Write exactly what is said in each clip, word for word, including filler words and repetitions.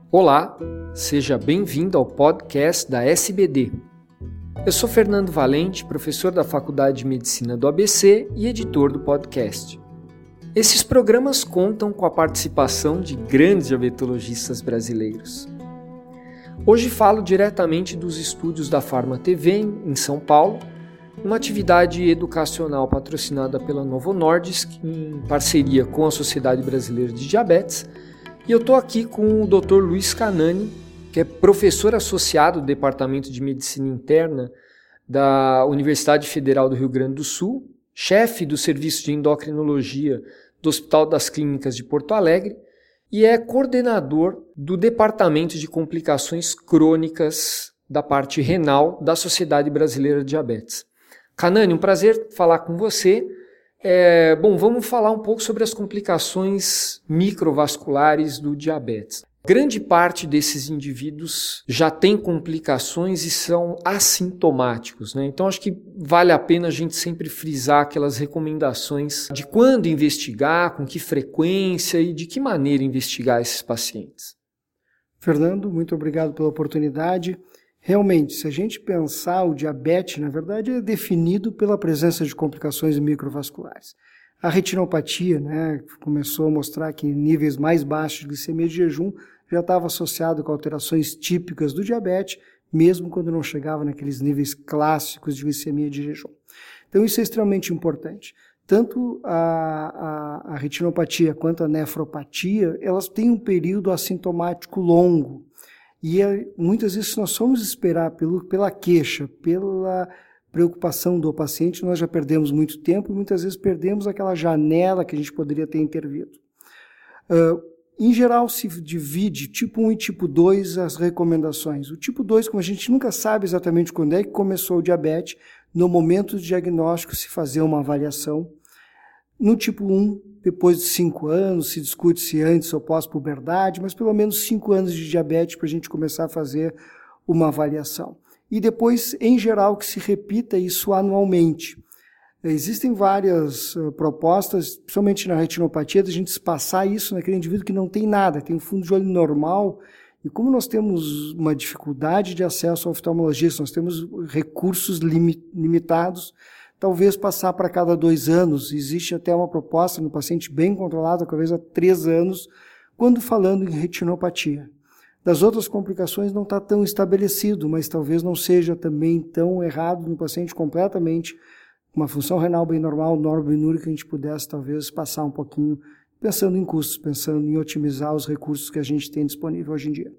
Olá, seja bem-vindo ao podcast da S B D. Eu sou Fernando Valente, professor da Faculdade de Medicina do A B C e editor do podcast. Esses programas contam com a participação de grandes diabetologistas brasileiros. Hoje falo diretamente dos estúdios da Pharma T V em São Paulo, uma atividade educacional patrocinada pela Novo Nordisk em parceria com a Sociedade Brasileira de Diabetes. E eu estou aqui com o doutor Luiz Canani, que é professor associado do Departamento de Medicina Interna da Universidade Federal do Rio Grande do Sul, chefe do Serviço de Endocrinologia do Hospital das Clínicas de Porto Alegre e é coordenador do Departamento de Complicações Crônicas da parte renal da Sociedade Brasileira de Diabetes. Canani, um prazer falar com você. É, bom, vamos falar um pouco sobre as complicações microvasculares do diabetes. Grande parte desses indivíduos já tem complicações e são assintomáticos, né? Então acho que vale a pena a gente sempre frisar aquelas recomendações de quando investigar, com que frequência e de que maneira investigar esses pacientes. Fernando, muito obrigado pela oportunidade. Realmente, se a gente pensar o diabetes, na verdade, é definido pela presença de complicações microvasculares. A retinopatia, né, começou a mostrar que níveis mais baixos de glicemia de jejum já estava associado com alterações típicas do diabetes, mesmo quando não chegava naqueles níveis clássicos de glicemia de jejum. Então isso é extremamente importante. Tanto a, a, a retinopatia quanto a nefropatia, elas têm um período assintomático longo. E é, muitas vezes, se nós formos esperar pelo, pela queixa, pela preocupação do paciente, nós já perdemos muito tempo e muitas vezes perdemos aquela janela que a gente poderia ter intervido. Uh, em geral, se divide tipo um e tipo dois as recomendações. O tipo dois, como a gente nunca sabe exatamente quando é que começou o diabetes, no momento do diagnóstico se fazer uma avaliação. No tipo um, depois de cinco anos, se discute se antes ou pós-puberdade, mas pelo menos cinco anos de diabetes para a gente começar a fazer uma avaliação. E depois, em geral, que se repita isso anualmente. Existem várias uh, propostas, principalmente na retinopatia, de a gente espaçar isso naquele indivíduo que não tem nada, tem um fundo de olho normal. E como nós temos uma dificuldade de acesso ao oftalmologista, nós temos recursos limi- limitados, talvez passar para cada dois anos. Existe até uma proposta no paciente bem controlado, talvez há três anos, quando falando em retinopatia. Das outras complicações não está tão estabelecido, mas talvez não seja também tão errado no paciente completamente uma função renal bem normal, normoinúrica, que a gente pudesse talvez passar um pouquinho pensando em custos, pensando em otimizar os recursos que a gente tem disponível hoje em dia.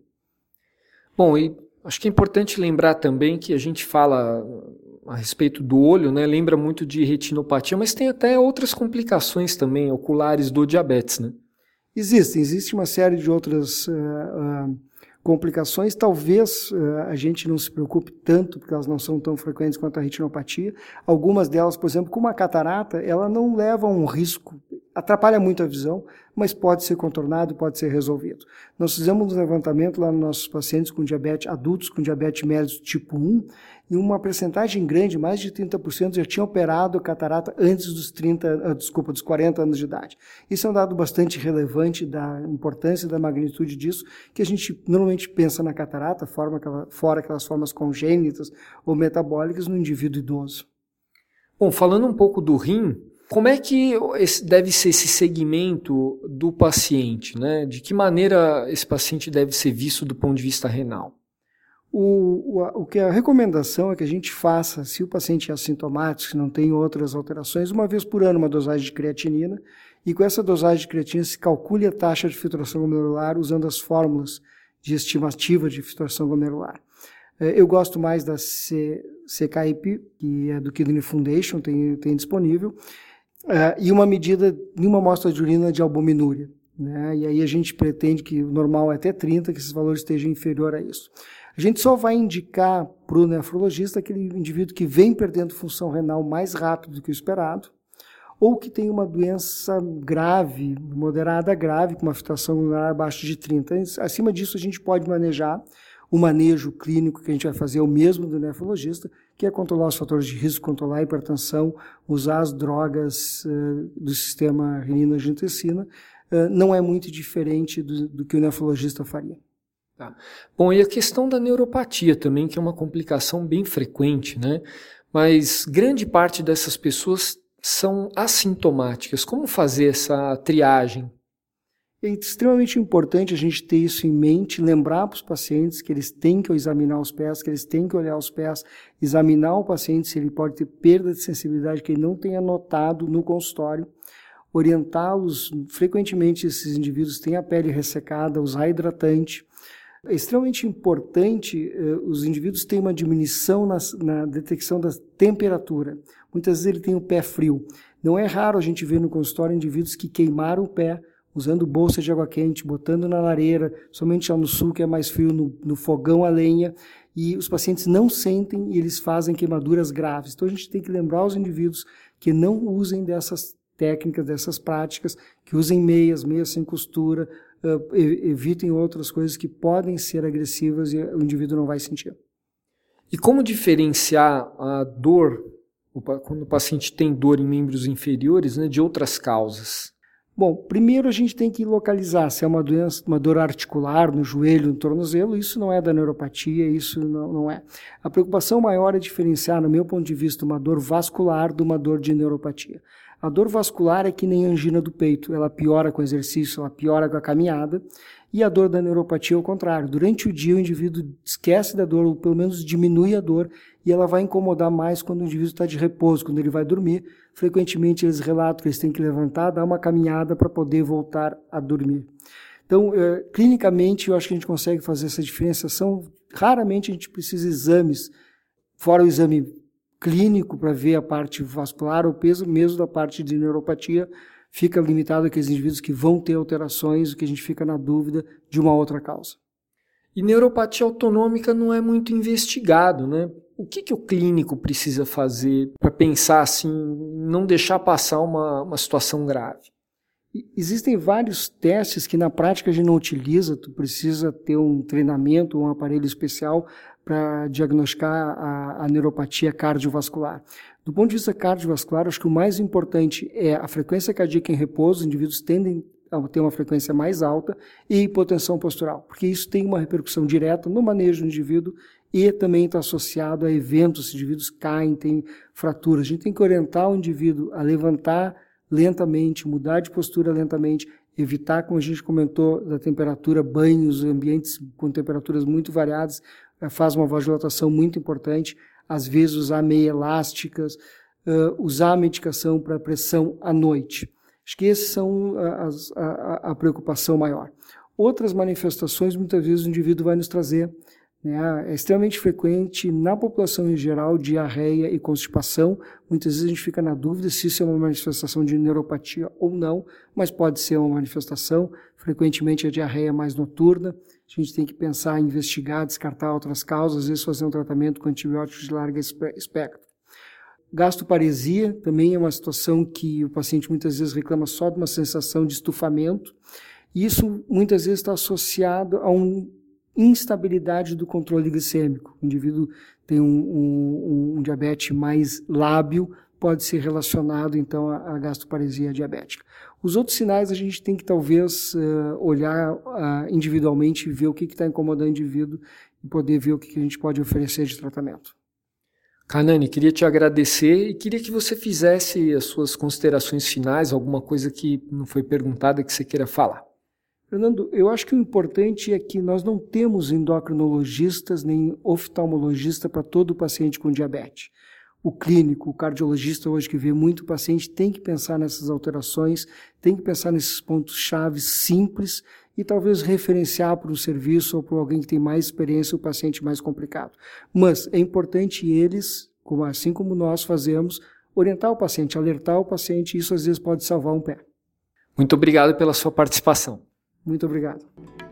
Bom, e acho que é importante lembrar também que a gente fala a respeito do olho, né? Lembra muito de retinopatia, mas tem até outras complicações também oculares do diabetes, né? Existem, existe uma série de outras uh, uh, complicações. Talvez uh, a gente não se preocupe tanto, porque elas não são tão frequentes quanto a retinopatia. Algumas delas, por exemplo, como a catarata, ela não leva a um risco, atrapalha muito a visão, mas pode ser contornado, pode ser resolvido. Nós fizemos um levantamento lá nos nossos pacientes com diabetes, adultos com diabetes mellitus tipo um, e uma percentagem grande, mais de trinta por cento, já tinha operado catarata antes dos trinta, desculpa, dos quarenta anos de idade. Isso é um dado bastante relevante da importância e da magnitude disso, que a gente normalmente pensa na catarata, forma aquela, fora aquelas formas congênitas ou metabólicas no indivíduo idoso. Bom, falando um pouco do rim, como é que deve ser esse segmento do paciente, né? De que maneira esse paciente deve ser visto do ponto de vista renal? O, o, o que a recomendação é que a gente faça, se o paciente é assintomático, se não tem outras alterações, uma vez por ano uma dosagem de creatinina, e com essa dosagem de creatinina se calcule a taxa de filtração glomerular usando as fórmulas de estimativa de filtração glomerular. Eu gosto mais da C K I P, que é do Kidney Foundation, tem, tem disponível, Uh, e uma medida em uma amostra de urina de albuminúria, né? E aí a gente pretende que o normal é até trinta, que esses valores estejam inferior a isso. A gente só vai indicar para o nefrologista aquele indivíduo que vem perdendo função renal mais rápido do que o esperado, ou que tem uma doença grave, moderada grave, com uma filtração glomerular abaixo de trinta. Acima disso a gente pode manejar. O manejo clínico que a gente vai fazer é o mesmo do nefrologista, que é controlar os fatores de risco, controlar a hipertensão, usar as drogas uh, do sistema renina-angiotensina. Uh, não é muito diferente do, do que o nefrologista faria. Tá. Bom, e a questão da neuropatia também, que é uma complicação bem frequente, né? Mas grande parte dessas pessoas são assintomáticas. Como fazer essa triagem? É extremamente importante a gente ter isso em mente, lembrar para os pacientes que eles têm que examinar os pés, que eles têm que olhar os pés, examinar o paciente se ele pode ter perda de sensibilidade que ele não tenha notado no consultório, orientá-los. Frequentemente esses indivíduos têm a pele ressecada, usar hidratante. É extremamente importante, eh, os indivíduos têm uma diminuição nas, na detecção da temperatura. Muitas vezes ele tem o pé frio. Não é raro a gente ver no consultório indivíduos que queimaram o pé, usando bolsa de água quente, botando na lareira, somente lá no sul que é mais frio, no, no fogão a lenha, e os pacientes não sentem e eles fazem queimaduras graves. Então a gente tem que lembrar os indivíduos que não usem dessas técnicas, dessas práticas, que usem meias, meias sem costura, uh, evitem outras coisas que podem ser agressivas e o indivíduo não vai sentir. E como diferenciar a dor, quando o paciente tem dor em membros inferiores, né, de outras causas? Bom, primeiro a gente tem que localizar se é uma doença, uma dor articular no joelho, no tornozelo. Isso não é da neuropatia, isso não, não é. A preocupação maior é diferenciar, no meu ponto de vista, uma dor vascular de uma dor de neuropatia. A dor vascular é que nem a angina do peito, ela piora com o exercício, ela piora com a caminhada, e a dor da neuropatia é o contrário. Durante o dia o indivíduo esquece da dor, ou pelo menos diminui a dor, e ela vai incomodar mais quando o indivíduo está de repouso, quando ele vai dormir. Frequentemente eles relatam que eles têm que levantar, dar uma caminhada para poder voltar a dormir. Então, eh, clinicamente, eu acho que a gente consegue fazer essa diferenciação. Raramente a gente precisa de exames, fora o exame clínico para ver a parte vascular, o peso mesmo da parte de neuropatia fica limitado àqueles indivíduos que vão ter alterações, o que a gente fica na dúvida de uma outra causa. E neuropatia autonômica não é muito investigado, né? O que, que o clínico precisa fazer para pensar assim, não deixar passar uma, uma situação grave? Existem vários testes que na prática a gente não utiliza, tu precisa ter um treinamento, um aparelho especial para diagnosticar a, a neuropatia cardiovascular. Do ponto de vista cardiovascular, acho que o mais importante é a frequência cardíaca em repouso. Os indivíduos tendem a ter uma frequência mais alta, e hipotensão postural, porque isso tem uma repercussão direta no manejo do indivíduo e também está associado a eventos. Os indivíduos caem, têm fraturas. A gente tem que orientar o indivíduo a levantar lentamente, mudar de postura lentamente, evitar, como a gente comentou, da temperatura, banhos, ambientes com temperaturas muito variadas, faz uma vasodilatação muito importante. Às vezes usar meia elásticas, uh, usar a medicação para pressão à noite. Acho que essas são as, a, a preocupação maior. Outras manifestações, muitas vezes o indivíduo vai nos trazer, né? É extremamente frequente na população em geral diarreia e constipação. Muitas vezes a gente fica na dúvida se isso é uma manifestação de neuropatia ou não, mas pode ser uma manifestação. Frequentemente a diarreia é mais noturna. A gente tem que pensar em investigar, descartar outras causas, às vezes fazer um tratamento com antibióticos de largo espectro. Gastroparesia também é uma situação que o paciente muitas vezes reclama só de uma sensação de estufamento. E isso muitas vezes está associado a uma instabilidade do controle glicêmico. O indivíduo tem um, um, um diabetes mais lábil, pode ser relacionado então à gastroparesia diabética. Os outros sinais a gente tem que talvez uh, olhar uh, individualmente e ver o que está incomodando o indivíduo e poder ver o que, que a gente pode oferecer de tratamento. Kanani, queria te agradecer e queria que você fizesse as suas considerações finais, alguma coisa que não foi perguntada que você queira falar. Fernando, eu acho que o importante é que nós não temos endocrinologistas nem oftalmologista para todo paciente com diabetes. O clínico, o cardiologista hoje que vê muito paciente tem que pensar nessas alterações, tem que pensar nesses pontos-chave simples e talvez referenciar para um serviço ou para alguém que tem mais experiência o paciente mais complicado. Mas é importante eles, como, assim como nós fazemos, orientar o paciente, alertar o paciente, e isso às vezes pode salvar um pé. Muito obrigado pela sua participação. Muito obrigado.